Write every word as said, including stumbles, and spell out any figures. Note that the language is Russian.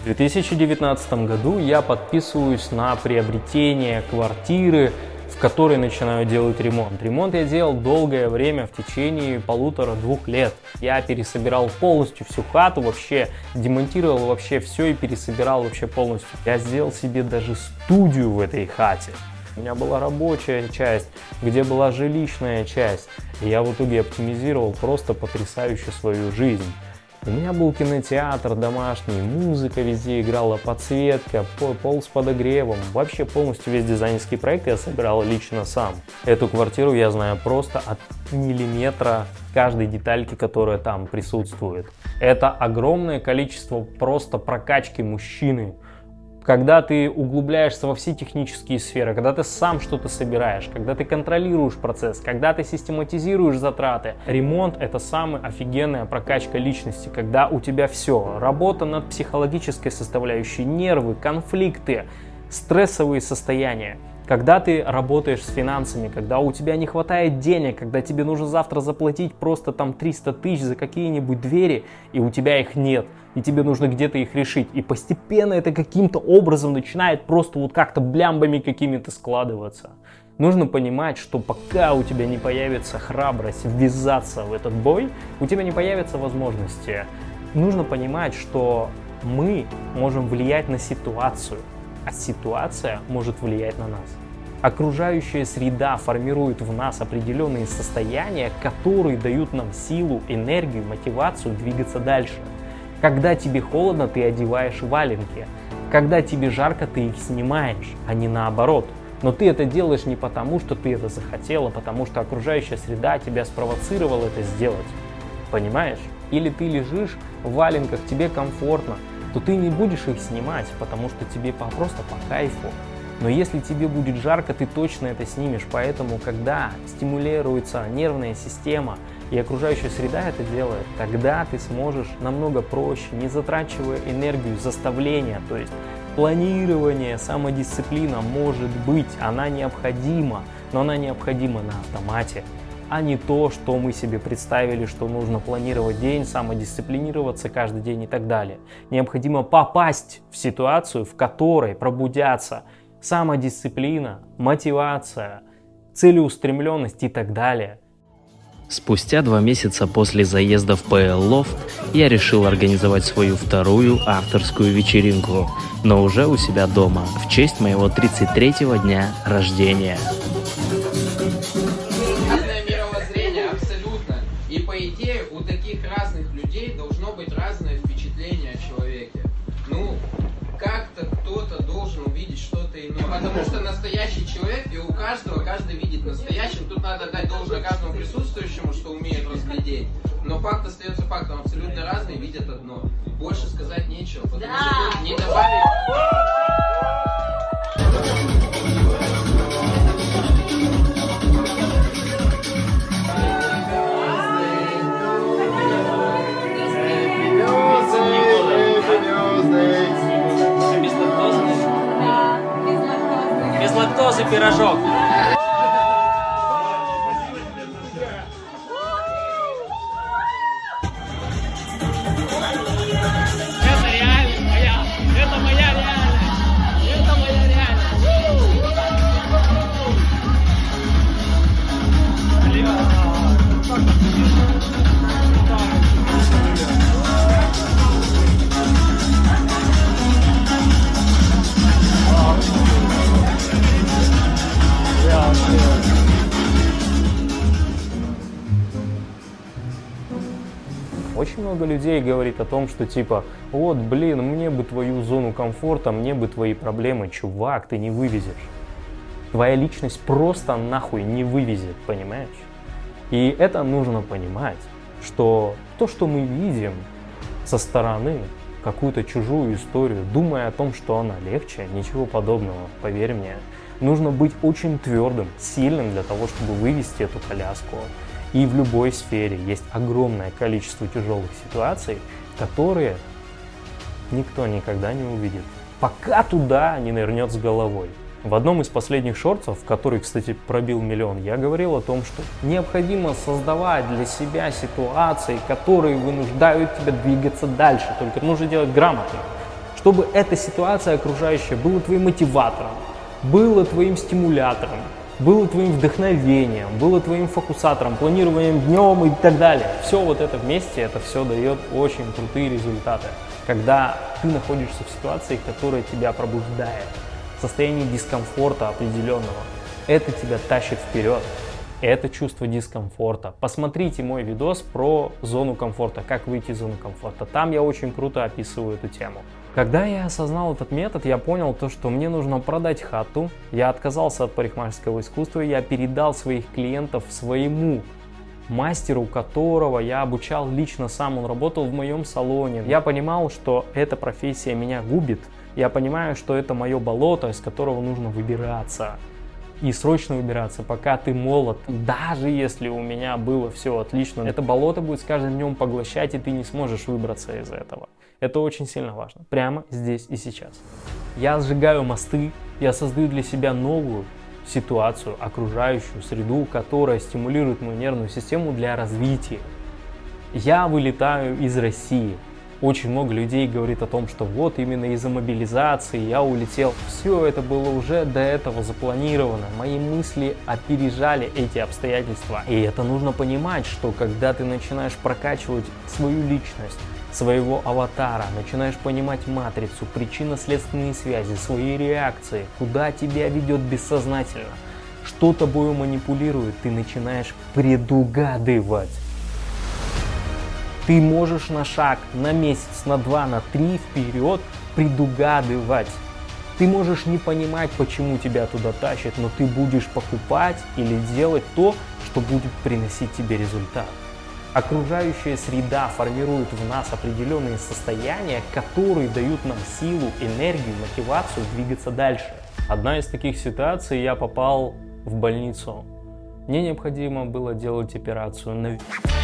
В две тысячи девятнадцатом году я подписываюсь на приобретение квартиры, в которой начинаю делать ремонт. Ремонт я делал долгое время, в течение полутора-двух лет. Я пересобирал полностью всю хату, вообще демонтировал вообще все и пересобирал вообще полностью. Я сделал себе даже студию в этой хате. У меня была рабочая часть, где была жилищная часть. И я в итоге оптимизировал просто потрясающе свою жизнь. У меня был кинотеатр домашний, музыка везде играла, подсветка, пол с подогревом. Вообще полностью весь дизайнерский проект я собирал лично сам. Эту квартиру я знаю просто от миллиметра каждой детальки, которая там присутствует. Это огромное количество просто прокачки мужчины. Когда ты углубляешься во все технические сферы, когда ты сам что-то собираешь, когда ты контролируешь процесс, когда ты систематизируешь затраты. Ремонт — это самая офигенная прокачка личности, когда у тебя все. Работа над психологической составляющей, нервы, конфликты, стрессовые состояния. Когда ты работаешь с финансами, когда у тебя не хватает денег, когда тебе нужно завтра заплатить просто там триста тысяч за какие-нибудь двери, и у тебя их нет, и тебе нужно где-то их решить. И постепенно это каким-то образом начинает просто вот как-то блямбами какими-то складываться. Нужно понимать, что пока у тебя не появится храбрость ввязаться в этот бой, у тебя не появятся возможности. Нужно понимать, что мы можем влиять на ситуацию, а ситуация может влиять на нас. Окружающая среда формирует в нас определенные состояния, которые дают нам силу, энергию, мотивацию двигаться дальше. Когда тебе холодно, ты одеваешь валенки. Когда тебе жарко, ты их снимаешь, а не наоборот. Но ты это делаешь не потому, что ты это захотел, а потому что окружающая среда тебя спровоцировала это сделать. Понимаешь? Или ты лежишь в валенках, тебе комфортно, то ты не будешь их снимать, потому что тебе просто по кайфу. Но если тебе будет жарко, ты точно это снимешь. Поэтому, когда стимулируется нервная система и окружающая среда это делает, тогда ты сможешь намного проще, не затрачивая энергию заставления, то есть планирование, самодисциплина может быть, она необходима, но она необходима на автомате, а не то, что мы себе представили, что нужно планировать день, самодисциплинироваться каждый день и так далее. Необходимо попасть в ситуацию, в которой пробудятся самодисциплина, мотивация, целеустремленность и так далее. Спустя два месяца после заезда в пэ эл Loft я решил организовать свою вторую авторскую вечеринку, но уже у себя дома, в честь моего тридцать третьего дня рождения. Разное мировоззрение, абсолютно. И по идее у таких разных людей должно быть разное впечатление о человеке. Ну, как-то кто-то должен увидеть что-то иное. Потому что настоящий человек, и у каждого, каждый видит настоящим. Тут надо дать должное каждому присутствующему, что умеет разглядеть. Но факт остается фактом. Абсолютно разные видят одно. Больше сказать нечего. Потому да. что не добавить... Безлактозный пирожок. Это реальность моя. Это моя реальность. Это моя Очень много людей говорит о том, что типа, вот, блин, мне бы твою зону комфорта, мне бы твои проблемы, чувак, ты не вывезешь. Твоя личность просто нахуй не вывезет, понимаешь? И это нужно понимать, что то, что мы видим со стороны, какую-то чужую историю, думая о том, что она легче, ничего подобного, поверь мне. Нужно быть очень твердым, сильным для того, чтобы вывести эту коляску. И в любой сфере есть огромное количество тяжелых ситуаций, которые никто никогда не увидит, пока туда не нырнет с головой. В одном из последних шортсов, который, кстати, пробил миллион, я говорил о том, что необходимо создавать для себя ситуации, которые вынуждают тебя двигаться дальше, только нужно делать грамотно. Чтобы эта ситуация окружающая была твоим мотиватором, была твоим стимулятором, было твоим вдохновением, было твоим фокусатором, планированием днем и так далее. Все вот это вместе, это все дает очень крутые результаты. Когда ты находишься в ситуации, которая тебя пробуждает, в состоянии дискомфорта определенного, это тебя тащит вперед. Это чувство дискомфорта. Посмотрите мой видос про зону комфорта, как выйти из зоны комфорта. Там я очень круто описываю эту тему. Когда я осознал этот метод, я понял то, что мне нужно продать хату. Я отказался от парикмахерского искусства, я передал своих клиентов своему мастеру, которого я обучал лично сам, он работал в моем салоне. Я понимал, что эта профессия меня губит. Я понимаю, что это мое болото, из которого нужно выбираться. И срочно выбираться, пока ты молод. Даже если у меня было все отлично, это болото будет с каждым днем поглощать, и ты не сможешь выбраться из этого. Это очень сильно важно. Прямо здесь и сейчас. Я сжигаю мосты, я создаю для себя новую ситуацию, окружающую среду, которая стимулирует мою нервную систему для развития. Я вылетаю из России. Очень много людей говорит о том, что вот именно из-за мобилизации я улетел. Все это было уже до этого запланировано. Мои мысли опережали эти обстоятельства. И это нужно понимать, что когда ты начинаешь прокачивать свою личность, своего аватара, начинаешь понимать матрицу, причинно-следственные связи, свои реакции, куда тебя ведет бессознательно, что тобою манипулирует, ты начинаешь предугадывать. Ты можешь на шаг, на месяц, на два, на три вперед предугадывать. Ты можешь не понимать, почему тебя туда тащит, но ты будешь покупать или делать то, что будет приносить тебе результат. Окружающая среда формирует в нас определенные состояния, которые дают нам силу, энергию, мотивацию двигаться дальше. Одна из таких ситуаций, я попал в больницу. Мне необходимо было делать операцию на...